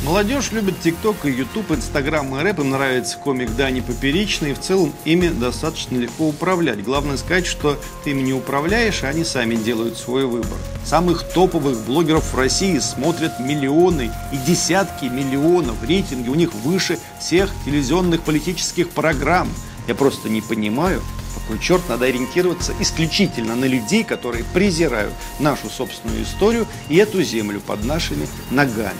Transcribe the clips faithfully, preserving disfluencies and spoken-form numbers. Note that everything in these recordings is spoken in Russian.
Молодежь любит ТикТок и Ютуб, Инстаграм и рэп. Им нравится комик Дани Поперечный. И в целом ими достаточно легко управлять. Главное сказать, что ты ими не управляешь, а они сами делают свой выбор. Самых топовых блогеров в России смотрят миллионы и десятки миллионов. Рейтинги у них выше всех телевизионных политических программ. Я просто не понимаю, какой черт надо ориентироваться исключительно на людей, которые презирают нашу собственную историю и эту землю под нашими ногами.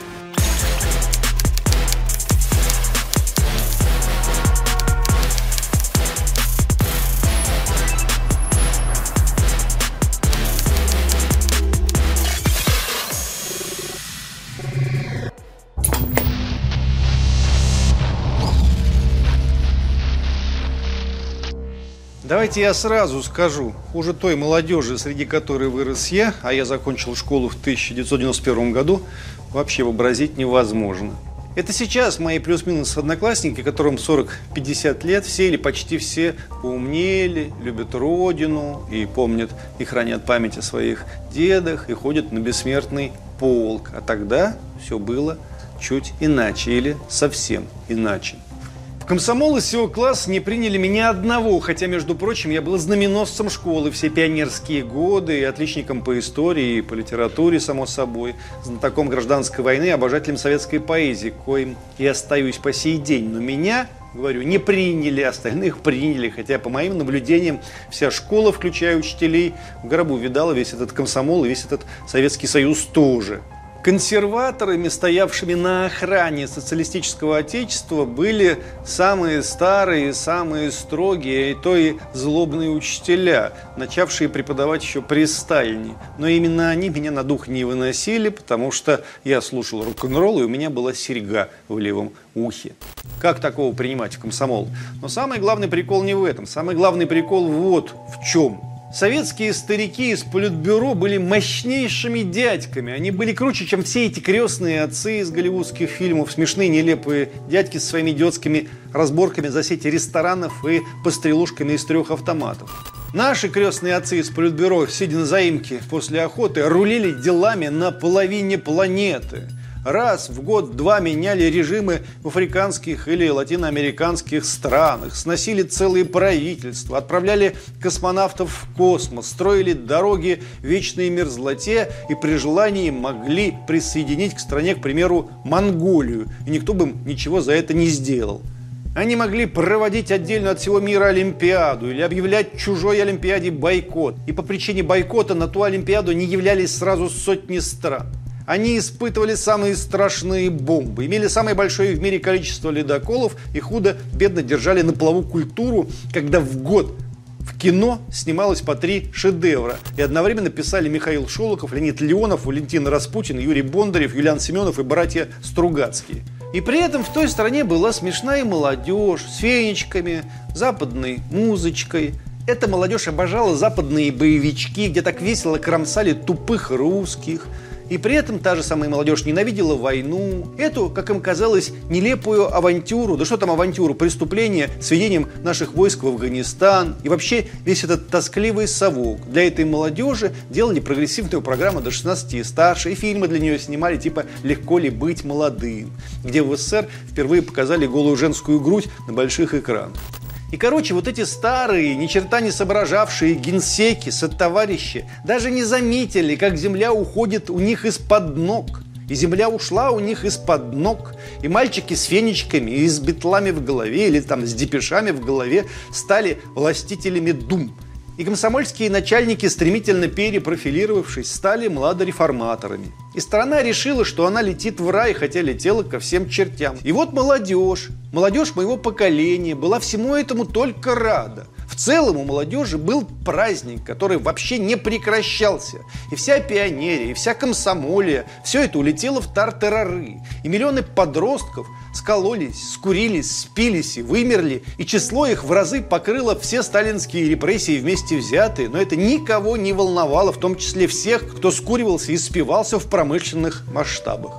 Давайте я сразу скажу, хуже той молодежи, среди которой вырос я, а я закончил школу в тысяча девятьсот девяносто первом году, вообще вообразить невозможно. Это сейчас мои плюс-минус одноклассники, которым сорок-пятьдесят лет, все или почти все поумнели, любят родину и помнят и хранят память о своих дедах и ходят на бессмертный полк. А тогда все было чуть иначе или совсем иначе. В комсомол из всего класса не приняли меня одного, хотя, между прочим, я был знаменосцем школы все пионерские годы, и отличником по истории и по литературе, само собой, знатоком гражданской войны, обожателем советской поэзии, коим и остаюсь по сей день. Но меня, говорю, не приняли, остальных приняли, хотя, по моим наблюдениям, вся школа, включая учителей, в гробу видала весь этот комсомол и весь этот Советский Союз тоже. Консерваторами, стоявшими на охране социалистического отечества, были самые старые, самые строгие, и то и злобные учителя, начавшие преподавать еще при Сталине. Но именно они меня на дух не выносили, потому что я слушал рок-н-ролл, и у меня была серьга в левом ухе. Как такого принимать в комсомол? Но самый главный прикол не в этом. Самый главный прикол вот в чем. Советские старики из политбюро были мощнейшими дядьками. Они были круче, чем все эти крестные отцы из голливудских фильмов. Смешные, нелепые дядьки со своими идиотскими разборками за сети ресторанов и пострелушками из трех автоматов. Наши крестные отцы из политбюро, сидя на заимке после охоты, рулили делами на половине планеты. Раз в год-два меняли режимы в африканских или латиноамериканских странах, сносили целые правительства, отправляли космонавтов в космос, строили дороги в вечной мерзлоте и при желании могли присоединить к стране, к примеру, Монголию, и никто бы ничего за это не сделал. Они могли проводить отдельно от всего мира Олимпиаду или объявлять чужой Олимпиаде бойкот, и по причине бойкота на ту Олимпиаду не являлись сразу сотни стран. Они испытывали самые страшные бомбы, имели самое большое в мире количество ледоколов и худо-бедно держали на плаву культуру, когда в год в кино снималось по три шедевра. И одновременно писали Михаил Шолохов, Леонид Леонов, Валентин Распутин, Юрий Бондарев, Юлиан Семенов и братья Стругацкие. И при этом в той стране была смешная молодежь с фенечками, западной музычкой. Эта молодежь обожала западные боевички, где так весело кромсали тупых русских. И при этом та же самая молодежь ненавидела войну, эту, как им казалось, нелепую авантюру, да что там авантюру, преступление с введением наших войск в Афганистан. И вообще весь этот тоскливый совок. Для этой молодежи делали прогрессивную программу до шестнадцати и старше, и фильмы для нее снимали типа «Легко ли быть молодым», где в СССР впервые показали голую женскую грудь на больших экранах. И, короче, вот эти старые, ни черта не соображавшие генсеки, сотоварищи даже не заметили, как земля уходит у них из-под ног. И земля ушла у них из-под ног. И мальчики с фенечками и с битлами в голове или там с депешами в голове стали властителями дум. И комсомольские начальники, стремительно перепрофилировавшись, стали младореформаторами. И страна решила, что она летит в рай, хотя летела ко всем чертям. И вот молодежь, молодежь моего поколения была всему этому только рада. В целом у молодежи был праздник, который вообще не прекращался. И вся пионерия, и вся комсомолия, все это улетело в тартарары. И миллионы подростков скололись, скурились, спились и вымерли. И число их в разы покрыло все сталинские репрессии вместе взятые. Но это никого не волновало, в том числе всех, кто скуривался и спивался в промышленных масштабах.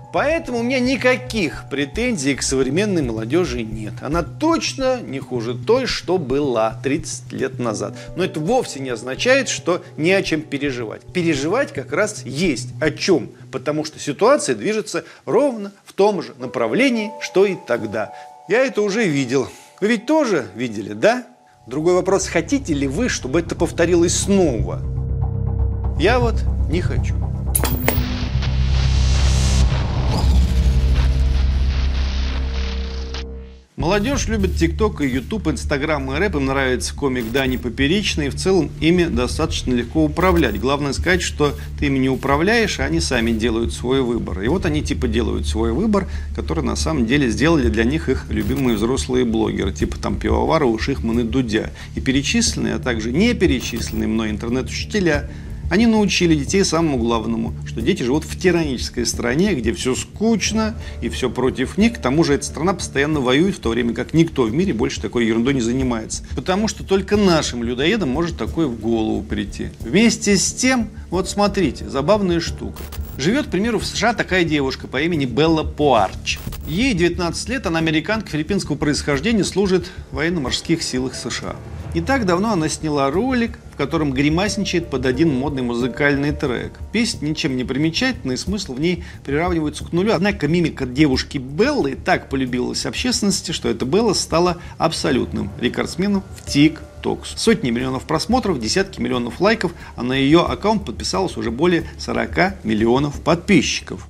Поэтому у меня никаких претензий к современной молодежи нет. Она точно не хуже той, что была тридцать лет назад. Но это вовсе не означает, что не о чем переживать. Переживать как раз есть о чем. Потому что ситуация движется ровно в том же направлении, что и тогда. Я это уже видел. Вы ведь тоже видели, да? Другой вопрос, хотите ли вы, чтобы это повторилось снова? Я вот не хочу. Молодежь любит ТикТок и Ютуб, Инстаграм и рэп. Им нравится комик Дани Поперечный. И в целом ими достаточно легко управлять. Главное сказать, что ты ими не управляешь, а они сами делают свой выбор. И вот они типа делают свой выбор, который на самом деле сделали для них их любимые взрослые блогеры. Типа там Пивоварова, Шихман и Дудя. И перечисленные, а также не перечисленные мной интернет-учителя. Они научили детей самому главному, что дети живут в тиранической стране, где все скучно и все против них. К тому же эта страна постоянно воюет, в то время как никто в мире больше такой ерундой не занимается. Потому что только нашим людоедам может такое в голову прийти. Вместе с тем, вот смотрите, забавная штука. Живет, к примеру, в США такая девушка по имени Белла Пуарч. Ей девятнадцать лет, она американка филиппинского происхождения, служит в военно-морских силах США. Не так давно она сняла ролик, в котором гримасничает под один модный музыкальный трек. Песня ничем не примечательная, и смысл в ней приравнивается к нулю. Однако мимика девушки Беллы так полюбилась общественности, что эта Белла стала абсолютным рекордсменом в ТикТок. Сотни миллионов просмотров, десятки миллионов лайков, а на ее аккаунт подписалось уже более сорока миллионов подписчиков.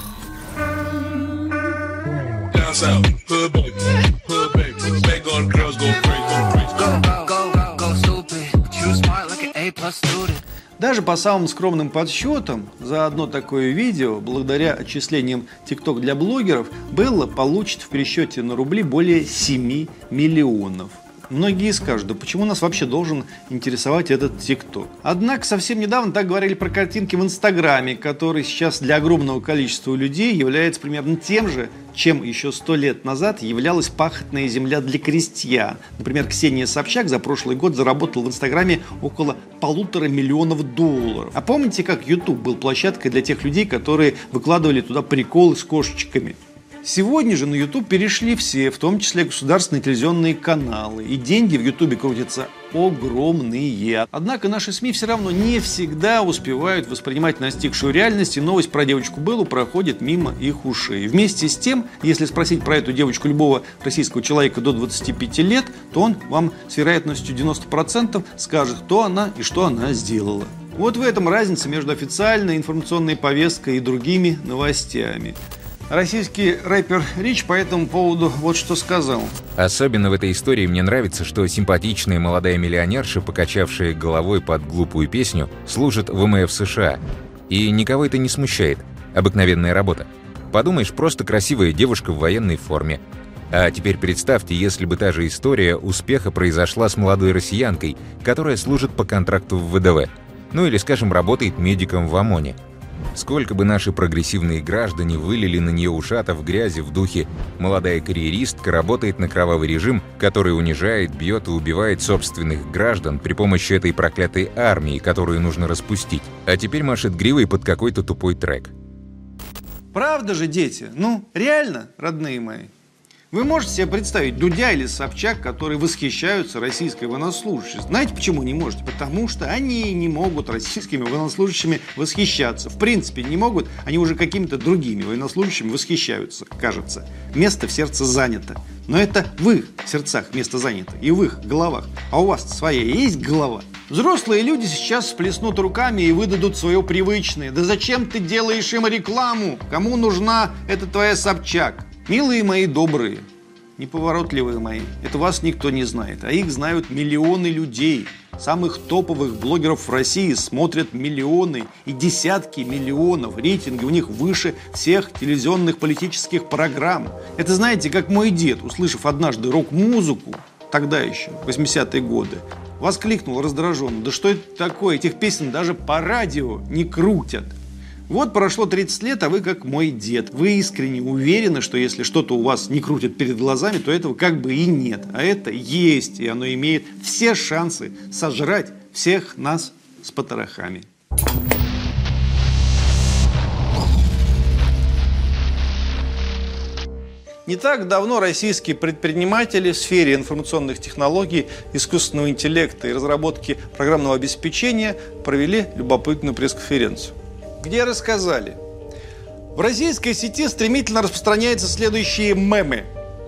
Даже по самым скромным подсчетам, за одно такое видео, благодаря отчислениям ТикТок для блогеров, Белла получит в пересчете на рубли более семи миллионов. Многие скажут, да почему нас вообще должен интересовать этот ТикТок? Однако совсем недавно так говорили про картинки в Инстаграме, который сейчас для огромного количества людей является примерно тем же, чем еще сто лет назад являлась пахотная земля для крестьян. Например, Ксения Собчак за прошлый год заработала в Инстаграме около полутора миллионов долларов. А помните, как YouTube был площадкой для тех людей, которые выкладывали туда приколы с кошечками? Сегодня же на YouTube перешли все, в том числе государственные телевизионные каналы. И деньги в YouTube крутятся огромные. Однако наши СМИ все равно не всегда успевают воспринимать настигшую реальность, и новость про девочку Беллу проходит мимо их ушей. Вместе с тем, если спросить про эту девочку любого российского человека до двадцати пяти лет, то он вам с вероятностью девяноста процентов скажет, кто она и что она сделала. Вот в этом разница между официальной информационной повесткой и другими новостями. Российский рэпер Рич по этому поводу вот что сказал. Особенно в этой истории мне нравится, что симпатичная молодая миллионерша, покачавшая головой под глупую песню, служит в эм эф США. И никого это не смущает. Обыкновенная работа. Подумаешь, просто красивая девушка в военной форме. А теперь представьте, если бы та же история успеха произошла с молодой россиянкой, которая служит по контракту в вэ дэ вэ. Ну или, скажем, работает медиком в ОМОНе. Сколько бы наши прогрессивные граждане вылили на нее ушатов грязи в духе «молодая карьеристка работает на кровавый режим, который унижает, бьет и убивает собственных граждан при помощи этой проклятой армии, которую нужно распустить, а теперь машет гривой под какой-то тупой трек». Правда же, дети? Ну, реально, родные мои? Вы можете себе представить Дудя или Собчак, которые восхищаются российской военнослужащей? Знаете, почему не можете? Потому что они не могут российскими военнослужащими восхищаться. В принципе, не могут, они уже какими-то другими военнослужащими восхищаются, кажется. Место в сердце занято. Но это в их сердцах место занято и в их головах. А у вас своя есть голова? Взрослые люди сейчас всплеснут руками и выдадут свое привычное. Да зачем ты делаешь им рекламу? Кому нужна эта твоя Собчак? Милые мои добрые, неповоротливые мои, это вас никто не знает, а их знают миллионы людей. Самых топовых блогеров в России смотрят миллионы и десятки миллионов. Рейтинги у них выше всех телевизионных политических программ. Это знаете, как мой дед, услышав однажды рок-музыку, тогда еще, восьмидесятые годы, воскликнул раздраженно: да что это такое, этих песен даже по радио не крутят. Вот прошло тридцать лет, а вы как мой дед. Вы искренне уверены, что если что-то у вас не крутит перед глазами, то этого как бы и нет. А это есть, и оно имеет все шансы сожрать всех нас с потрохами. Не так давно российские предприниматели в сфере информационных технологий, искусственного интеллекта и разработки программного обеспечения провели любопытную пресс-конференцию, где рассказали: в российской сети стремительно распространяются следующие мемы: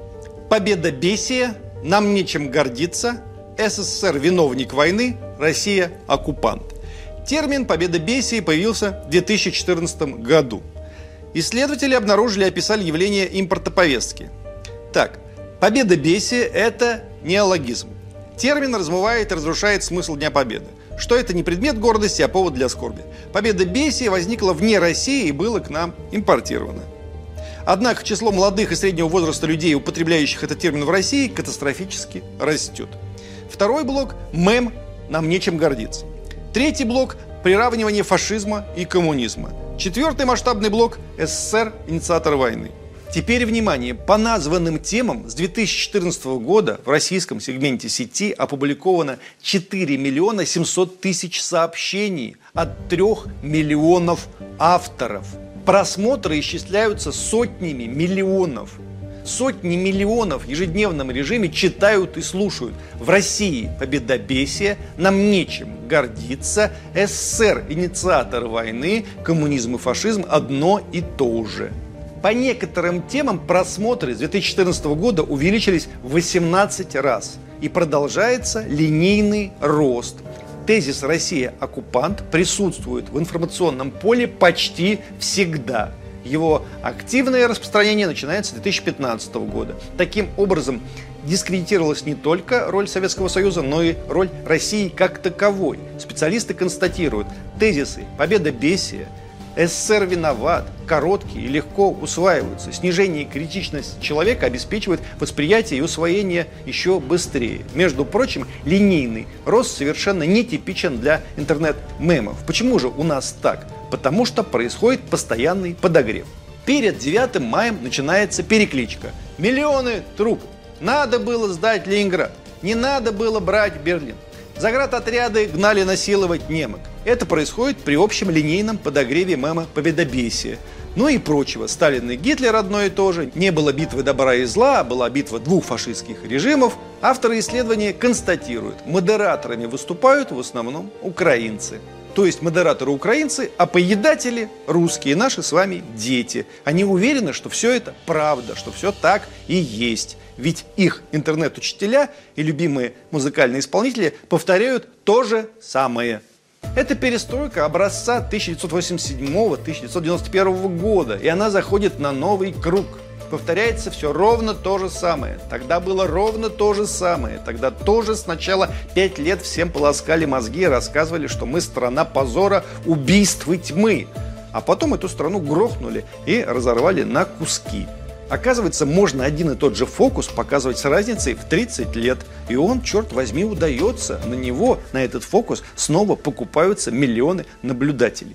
победобесие, нам нечем гордиться, СССР виновник войны, Россия оккупант. Термин победобесие появился в две тысячи четырнадцатом году. Исследователи обнаружили и описали явление импортоповестки. Так, победобесие – это неологизм. Термин размывает и разрушает смысл Дня Победы. Что это не предмет гордости, а повод для скорби. Победобесие возникло вне России и было к нам импортировано. Однако число молодых и среднего возраста людей, употребляющих этот термин в России, катастрофически растет. Второй блок – мем «нам нечем гордиться». Третий блок – приравнивание фашизма и коммунизма. Четвертый масштабный блок – СССР – инициатор войны. Теперь внимание, по названным темам с две тысячи четырнадцатого года в российском сегменте сети опубликовано четыре миллиона семьсот тысяч сообщений от трёх миллионов авторов. Просмотры исчисляются сотнями миллионов. Сотни миллионов в ежедневном режиме читают и слушают. В России победобесие, нам нечем гордиться, СССР инициатор войны, коммунизм и фашизм одно и то же. По некоторым темам просмотры с две тысячи четырнадцатого года увеличились в восемнадцать раз. И продолжается линейный рост. Тезис «Россия оккупант» присутствует в информационном поле почти всегда. Его активное распространение начинается с две тысячи пятнадцатого года. Таким образом, дискредитировалась не только роль Советского Союза, но и роль России как таковой. Специалисты констатируют, тезисы победобесия, СССР виноват, короткие и легко усваиваются. Снижение критичности человека обеспечивает восприятие и усвоение еще быстрее. Между прочим, линейный рост совершенно нетипичен для интернет-мемов. Почему же у нас так? Потому что происходит постоянный подогрев. Перед девятым маем начинается перекличка. Миллионы трупов. Надо было сдать Ленинград. Не надо было брать Берлин. Заградотряды гнали насиловать немок. Это происходит при общем линейном подогреве мема победобесия. Ну и прочего. Сталин и Гитлер одно и то же. Не было битвы добра и зла, а была битва двух фашистских режимов. Авторы исследования констатируют, модераторами выступают в основном украинцы. То есть модераторы украинцы, а поедатели русские, наши с вами дети. Они уверены, что все это правда, что все так и есть. Ведь их интернет-учителя и любимые музыкальные исполнители повторяют то же самое. Это перестройка образца тысяча девятьсот восемьдесят седьмого — тысяча девятьсот девяносто первого года, и она заходит на новый круг. Повторяется все ровно то же самое. Тогда было ровно то же самое. Тогда тоже сначала пять лет всем полоскали мозги и рассказывали, что мы страна позора, убийств и тьмы. А потом эту страну грохнули и разорвали на куски. Оказывается, можно один и тот же фокус показывать с разницей в тридцать лет. И он, черт возьми, удается. На него, на этот фокус, снова покупаются миллионы наблюдателей.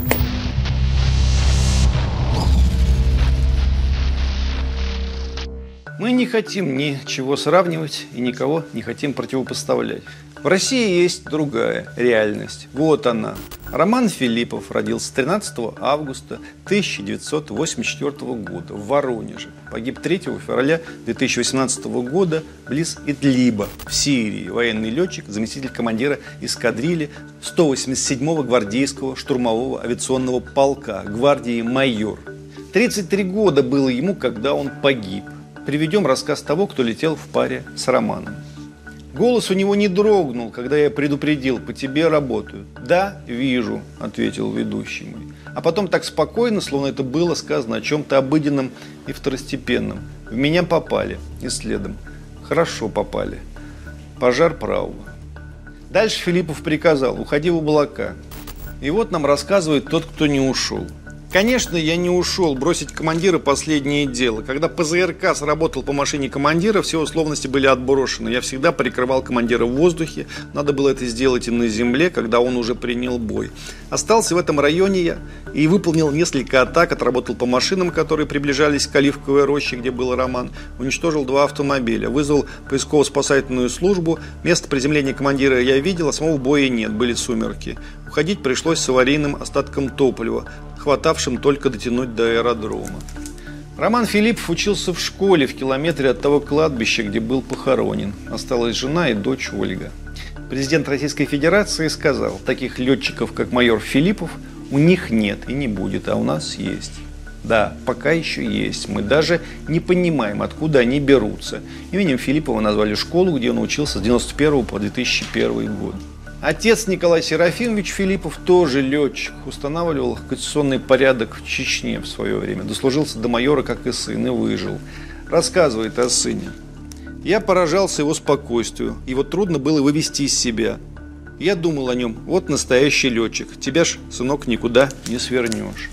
Мы не хотим ничего сравнивать и никого не хотим противопоставлять. В России есть другая реальность. Вот она. Роман Филиппов родился тринадцатого августа тысяча девятьсот восемьдесят четвёртого года в Воронеже. Погиб третьего февраля две тысячи восемнадцатого года близ Идлиба в Сирии. Военный летчик, заместитель командира эскадрильи сто восемьдесят седьмого гвардейского штурмового авиационного полка, гвардии майор. тридцать три года было ему, когда он погиб. Приведем рассказ того, кто летел в паре с Романом. Голос у него не дрогнул, когда я предупредил: по тебе работают. Да, вижу, ответил ведущий мой. А потом так спокойно, словно это было сказано о чем-то обыденном и второстепенном. В меня попали, и следом. Хорошо попали. Пожар правого. Дальше Филиппов приказал: уходи в облака. И вот нам рассказывает тот, кто не ушел. Конечно, я не ушел. Бросить командира – последнее дело. Когда ПЗРК сработал по машине командира, все условности были отброшены. Я всегда прикрывал командира в воздухе. Надо было это сделать и на земле, когда он уже принял бой. Остался в этом районе я и выполнил несколько атак. Отработал по машинам, которые приближались к Оливковой роще, где был Роман. Уничтожил два автомобиля. Вызвал поисково-спасательную службу. Место приземления командира я видел, а самого боя нет. Были сумерки. Уходить пришлось с аварийным остатком топлива, хватавшим только дотянуть до аэродрома. Роман Филиппов учился в школе в километре от того кладбища, где был похоронен. Осталась жена и дочь Ольга. Президент Российской Федерации сказал, таких летчиков, как майор Филиппов, у них нет и не будет, а у нас есть. Да, пока еще есть. Мы даже не понимаем, откуда они берутся. Именем Филиппова назвали школу, где он учился с девяносто первого по две тысячи первый год. Отец Николай Серафимович Филиппов тоже летчик. Устанавливал конституционный порядок в Чечне в свое время. Дослужился до майора, как и сын, и выжил. Рассказывает о сыне. Я поражался его спокойствию. Его трудно было вывести из себя. Я думал о нем. Вот настоящий летчик. Тебя ж, сынок, никуда не свернешь.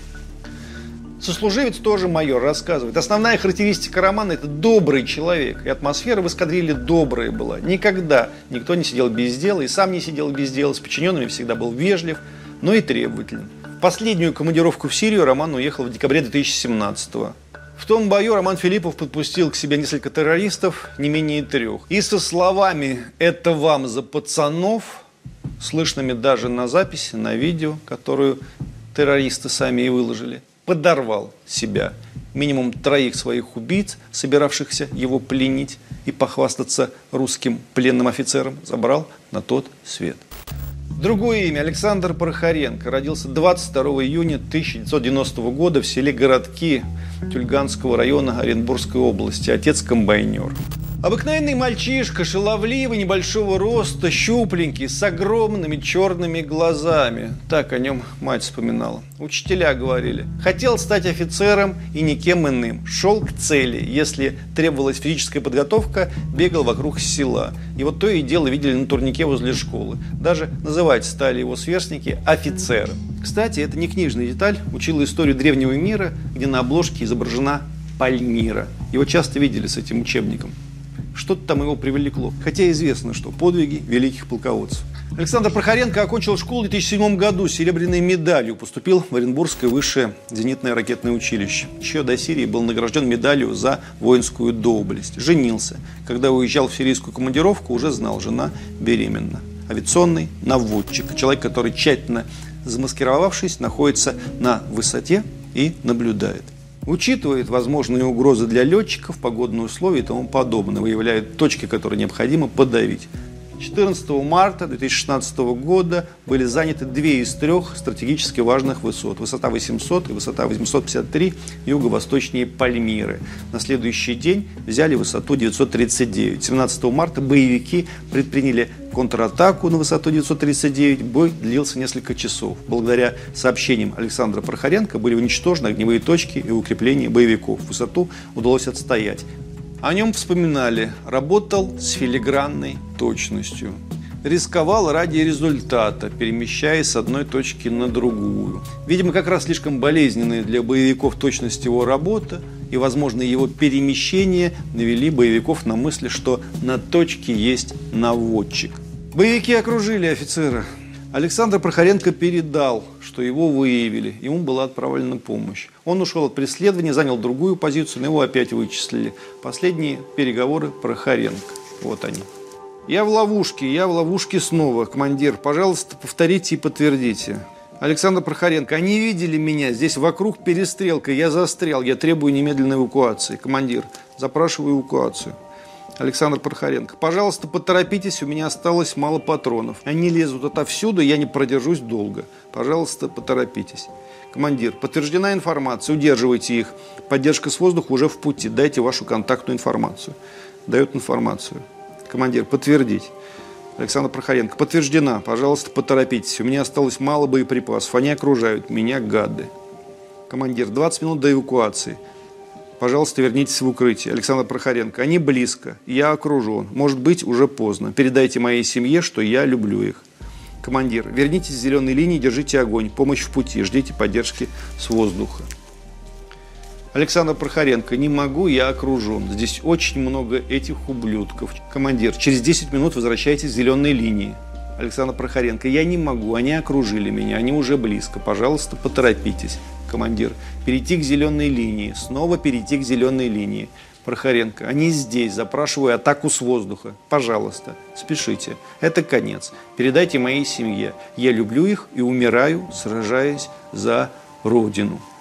Сослуживец тоже майор рассказывает. Основная характеристика Романа – это добрый человек. И атмосфера в эскадрилье добрая была. Никогда никто не сидел без дела, и сам не сидел без дела. С подчиненными всегда был вежлив, но и требователен. В последнюю командировку в Сирию Роман уехал в декабре две тысячи семнадцатого. В том бою Роман Филиппов подпустил к себе несколько террористов, не менее трех. И со словами «это вам за пацанов», слышными даже на записи, на видео, которую террористы сами и выложили, подорвал себя. Минимум троих своих убийц, собиравшихся его пленить и похвастаться русским пленным офицером, забрал на тот свет. Другое имя – Александр Прохоренко. Родился двадцать второго июня тысяча девятьсот девяностого года в селе Городки Тюльганского района Оренбургской области. Отец комбайнер. Обыкновенный мальчишка, шаловливый, небольшого роста, щупленький, с огромными черными глазами. Так о нем мать вспоминала. Учителя говорили. Хотел стать офицером и никем иным. Шел к цели. Если требовалась физическая подготовка, бегал вокруг села. И вот то и дело видели на турнике возле школы. Даже называть стали его сверстники офицером. Кстати, это не книжная деталь. Учила историю древнего мира, где на обложке изображена Пальмира. Его часто видели с этим учебником. Что-то там его привлекло. Хотя известно, что подвиги великих полководцев. Александр Прохоренко окончил школу в две тысячи седьмом году с серебряной медалью. Поступил в Оренбургское высшее зенитное ракетное училище. Еще до Сирии был награжден медалью за воинскую доблесть. Женился. Когда уезжал в сирийскую командировку, уже знал, жена беременна. Авиационный наводчик. Человек, который, тщательно замаскировавшись, находится на высоте и наблюдает. Учитывает возможные угрозы для летчиков, погодные условия и тому подобное. Выявляет точки, которые необходимо подавить. четырнадцатого марта две тысячи шестнадцатого года были заняты две из трех стратегически важных высот. Высота восемьсот и высота восемьсот пятьдесят три юго-восточнее Пальмиры. На следующий день взяли высоту девятьсот тридцать девять. семнадцатого марта боевики предприняли контратаку на высоту девятьсот тридцать девять. Бой длился несколько часов. Благодаря сообщениям Александра Прохоренко были уничтожены огневые точки и укрепления боевиков. Высоту удалось отстоять. О нем вспоминали. Работал с филигранной точностью. Рисковал ради результата, перемещаясь с одной точки на другую. Видимо, как раз слишком болезненная для боевиков точность его работы и, возможно, его перемещение навели боевиков на мысль, что на точке есть наводчик. Боевики окружили офицера. Александр Прохоренко передал, что его выявили, ему была отправлена помощь. Он ушел от преследования, занял другую позицию, но его опять вычислили. Последние переговоры Прохоренко. Вот они. Я в ловушке, я в ловушке снова. Командир, пожалуйста, повторите и подтвердите. Александр Прохоренко, они видели меня, здесь вокруг перестрелка, я застрял, я требую немедленной эвакуации. Командир, запрашиваю эвакуацию. Александр Прохоренко, пожалуйста, поторопитесь, у меня осталось мало патронов. Они лезут отовсюду, я не продержусь долго. Пожалуйста, поторопитесь. Командир, подтверждена информация, удерживайте их. Поддержка с воздуха уже в пути, дайте вашу контактную информацию. Дает информацию. Командир, подтвердить. Александр Прохоренко, подтверждена, пожалуйста, поторопитесь. У меня осталось мало боеприпасов, они окружают меня, гады. Командир, двадцать минут до эвакуации. Пожалуйста, вернитесь в укрытие. Александр Прохоренко, они близко, я окружен. Может быть, уже поздно. Передайте моей семье, что я люблю их. Командир, вернитесь с зеленой линии, держите огонь. Помощь в пути, ждите поддержки с воздуха. Александр Прохоренко, не могу, я окружен. Здесь очень много этих ублюдков. Командир, через десять минут возвращайтесь с зеленой линии. Александр Прохоренко, я не могу, они окружили меня, они уже близко. Пожалуйста, поторопитесь. Командир, перейти к зеленой линии, снова перейти к зеленой линии. Прохоренко, они здесь, запрашиваю атаку с воздуха. Пожалуйста, спешите, это конец. Передайте моей семье, я люблю их и умираю, сражаясь за Родину.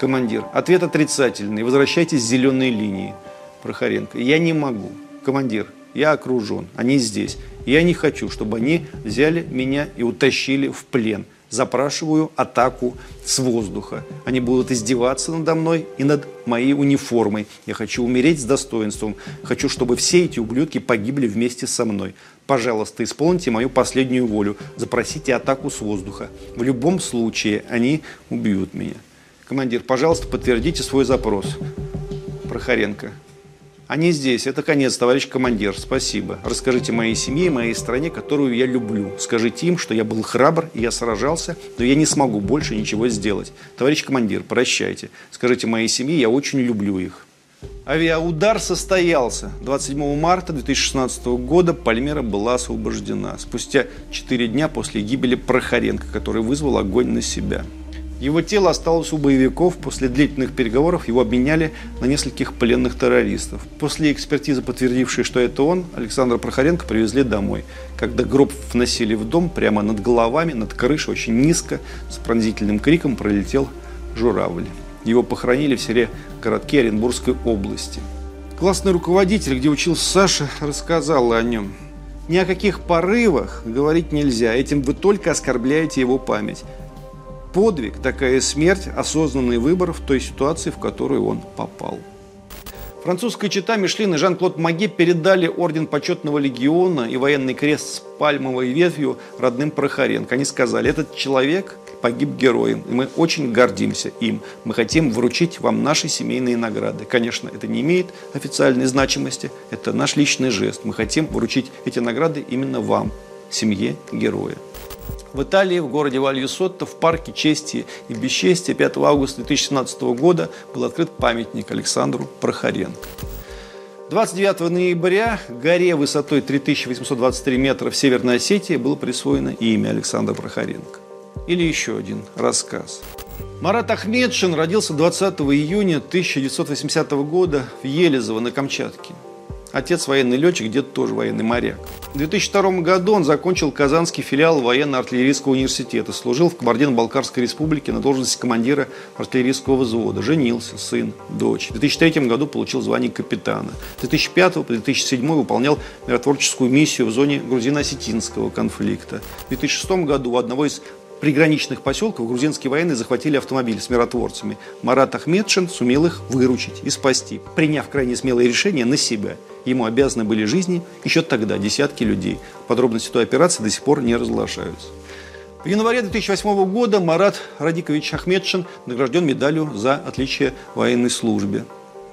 Командир. Ответ отрицательный. Возвращайтесь с зеленой линии. Прохоренко. Я не могу. Командир. Я окружен. Они здесь. Я не хочу, чтобы они взяли меня и утащили в плен. Запрашиваю атаку с воздуха. Они будут издеваться надо мной и над моей униформой. Я хочу умереть с достоинством. Хочу, чтобы все эти ублюдки погибли вместе со мной. Пожалуйста, исполните мою последнюю волю. Запросите атаку с воздуха. В любом случае они убьют меня. Командир, пожалуйста, подтвердите свой запрос. Прохоренко. Они здесь. Это конец, товарищ командир. Спасибо. Расскажите моей семье и моей стране, которую я люблю. Скажите им, что я был храбр и я сражался, но я не смогу больше ничего сделать. Товарищ командир, прощайте. Скажите моей семье, я очень люблю их. Авиаудар состоялся. двадцать седьмого марта две тысячи шестнадцатого года Пальмира была освобождена. Спустя четыре дня после гибели Прохоренко, который вызвал огонь на себя. Его тело осталось у боевиков. После длительных переговоров его обменяли на нескольких пленных террористов. После экспертизы, подтвердившей, что это он, Александра Прохоренко привезли домой. Когда гроб вносили в дом, прямо над головами, над крышей, очень низко, с пронзительным криком пролетел журавль. Его похоронили в селе городке Оренбургской области. Классный руководитель, где учился Саша, рассказал о нем. Ни о каких порывах говорить нельзя, этим вы только оскорбляете его память. Подвиг, такая смерть, осознанный выбор в той ситуации, в которую он попал. Французская чета Мишлен и Жан-Клод Маге передали орден почетного легиона и военный крест с пальмовой ветвью родным Прохоренко. Они сказали, этот человек погиб героем, и мы очень гордимся им. Мы хотим вручить вам наши семейные награды. Конечно, это не имеет официальной значимости, это наш личный жест. Мы хотим вручить эти награды именно вам, семье героя. В Италии, в городе Вальюсотто, в парке чести и бесчестия пятого августа две тысячи семнадцатого года был открыт памятник Александру Прохоренко. двадцать девятого ноября горе высотой три тысячи восемьсот двадцать три метра в Северной Осетии было присвоено имя Александра Прохоренко. Или еще один рассказ. Марат Ахмедшин родился двадцатого июня тысяча девятьсот восьмидесятого года в Елизово на Камчатке. Отец военный летчик, дед тоже военный моряк. В две тысячи втором году он закончил Казанский филиал военно-артиллерийского университета, служил в Кабардино-Балкарской республике на должности командира артиллерийского взвода, женился, сын, дочь. В две тысячи третьем году получил звание капитана. С две тысячи пятого по две тысячи седьмой выполнял миротворческую миссию в зоне грузино-осетинского конфликта. В две тысячи шестом году у одного из приграничных поселков грузинские военные захватили автомобиль с миротворцами. Марат Ахмедшин сумел их выручить и спасти, приняв крайне смелое решение на себя. Ему обязаны были жизни еще тогда десятки людей. Подробности той операции до сих пор не разглашаются. В январе две тысячи восьмого года Марат Радикович Ахмедшин награжден медалью за отличие в военной службе.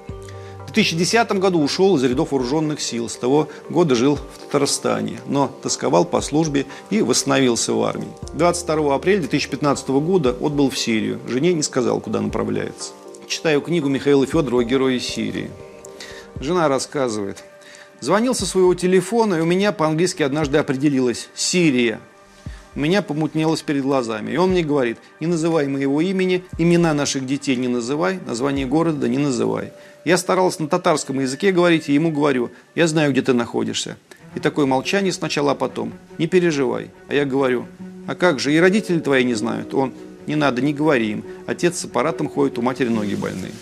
В две тысячи десятом году ушел из рядов вооруженных сил. С того года жил в Татарстане, но тосковал по службе и восстановился в армии. двадцать второго апреля две тысячи пятнадцатого года отбыл в Сирию. Жене не сказал, куда направляется. Читаю книгу Михаила Федорова «Герои Сирии». Жена рассказывает. Звонил со своего телефона, и у меня по-английски однажды определилось «Сирия». У меня помутнелось перед глазами. И он мне говорит, не называй моего имени, имена наших детей не называй, название города не называй. Я старался на татарском языке говорить, и ему говорю, я знаю, где ты находишься. И такое молчание сначала, а потом, не переживай. А я говорю, а как же, и родители твои не знают. Он, не надо, не говори им. Отец с аппаратом ходит, у матери ноги больные.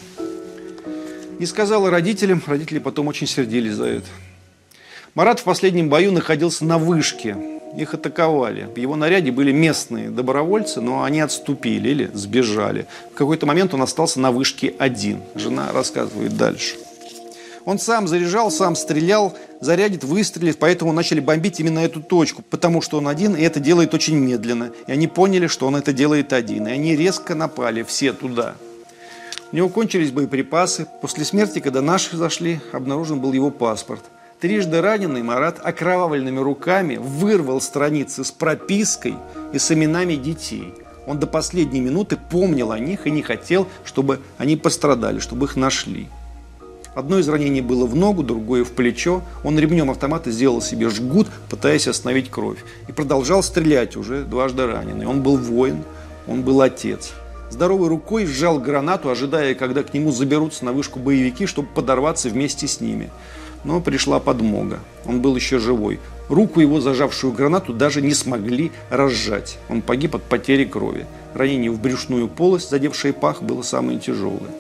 Не сказала родителям, родители потом очень сердились за это. Марат в последнем бою находился на вышке. Их атаковали. В его наряде были местные добровольцы, но они отступили или сбежали. В какой-то момент он остался на вышке один. Жена рассказывает дальше. Он сам заряжал, сам стрелял, зарядит, выстрелит, поэтому начали бомбить именно эту точку, потому что он один, и это делает очень медленно. И они поняли, что он это делает один, и они резко напали все туда. У него кончились боеприпасы. После смерти, когда наши зашли, обнаружен был его паспорт. Трижды раненый Марат окровавленными руками вырвал страницы с пропиской и с именами детей. Он до последней минуты помнил о них и не хотел, чтобы они пострадали, чтобы их нашли. Одно из ранений было в ногу, другое в плечо. Он ремнем автомата сделал себе жгут, пытаясь остановить кровь. И продолжал стрелять, уже дважды раненый. Он был воин, он был отец. Здоровой рукой сжал гранату, ожидая, когда к нему заберутся на вышку боевики, чтобы подорваться вместе с ними. Но пришла подмога. Он был еще живой. Руку его, зажавшую гранату, даже не смогли разжать. Он погиб от потери крови. Ранение в брюшную полость, задевшее пах, было самое тяжелое.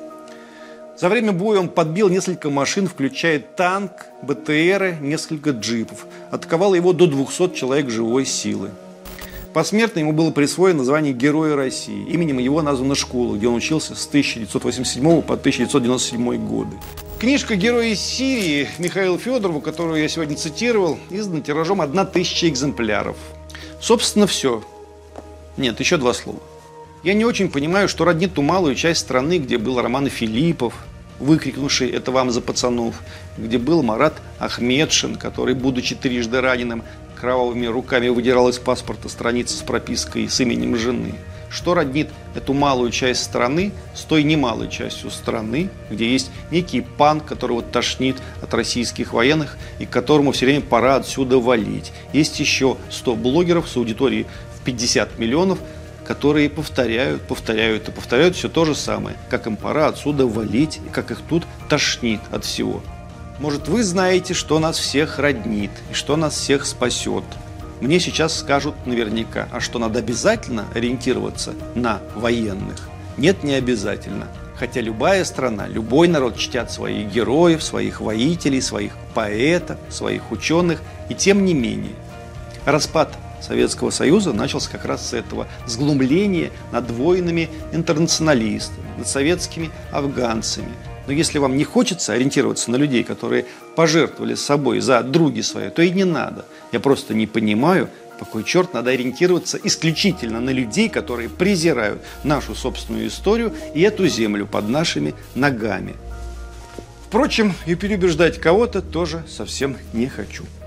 За время боя он подбил несколько машин, включая танк, БТРы, несколько джипов. Атаковало его до двухсот человек живой силы. Посмертно ему было присвоено звание Героя России. Именем его названа школа, где он учился с тысяча девятьсот восемьдесят седьмого по тысяча девятьсот девяносто седьмой годы. Книжка «Герои из Сирии» Михаила Федорова, которую я сегодня цитировал, издана тиражом одна тысяча экземпляров. Собственно, все. Нет, еще два слова. Я не очень понимаю, что роднит ту малую часть страны, где был Роман Филиппов, выкрикнувший «это вам за пацанов», где был Марат Ахмедшин, который, будучи трижды раненым, кровавыми руками выдирал из паспорта страницы с пропиской с именем жены. Что роднит эту малую часть страны с той немалой частью страны, где есть некий пан, которого тошнит от российских военных и к которому все время пора отсюда валить. Есть еще сто блогеров с аудиторией в пятьдесят миллионов, которые повторяют, повторяют и повторяют все то же самое, как им пора отсюда валить и как их тут тошнит от всего. Может, вы знаете, что нас всех роднит и что нас всех спасет. Мне сейчас скажут наверняка, а что надо обязательно ориентироваться на военных? Нет, не обязательно. Хотя любая страна, любой народ чтят своих героев, своих воителей, своих поэтов, своих ученых. И тем не менее, распад Советского Союза начался как раз с этого, с глумления над воинами-интернационалистами, над советскими афганцами. Но если вам не хочется ориентироваться на людей, которые пожертвовали собой за други свои, то и не надо. Я просто не понимаю, по кой черт надо ориентироваться исключительно на людей, которые презирают нашу собственную историю и эту землю под нашими ногами. Впрочем, и переубеждать кого-то тоже совсем не хочу.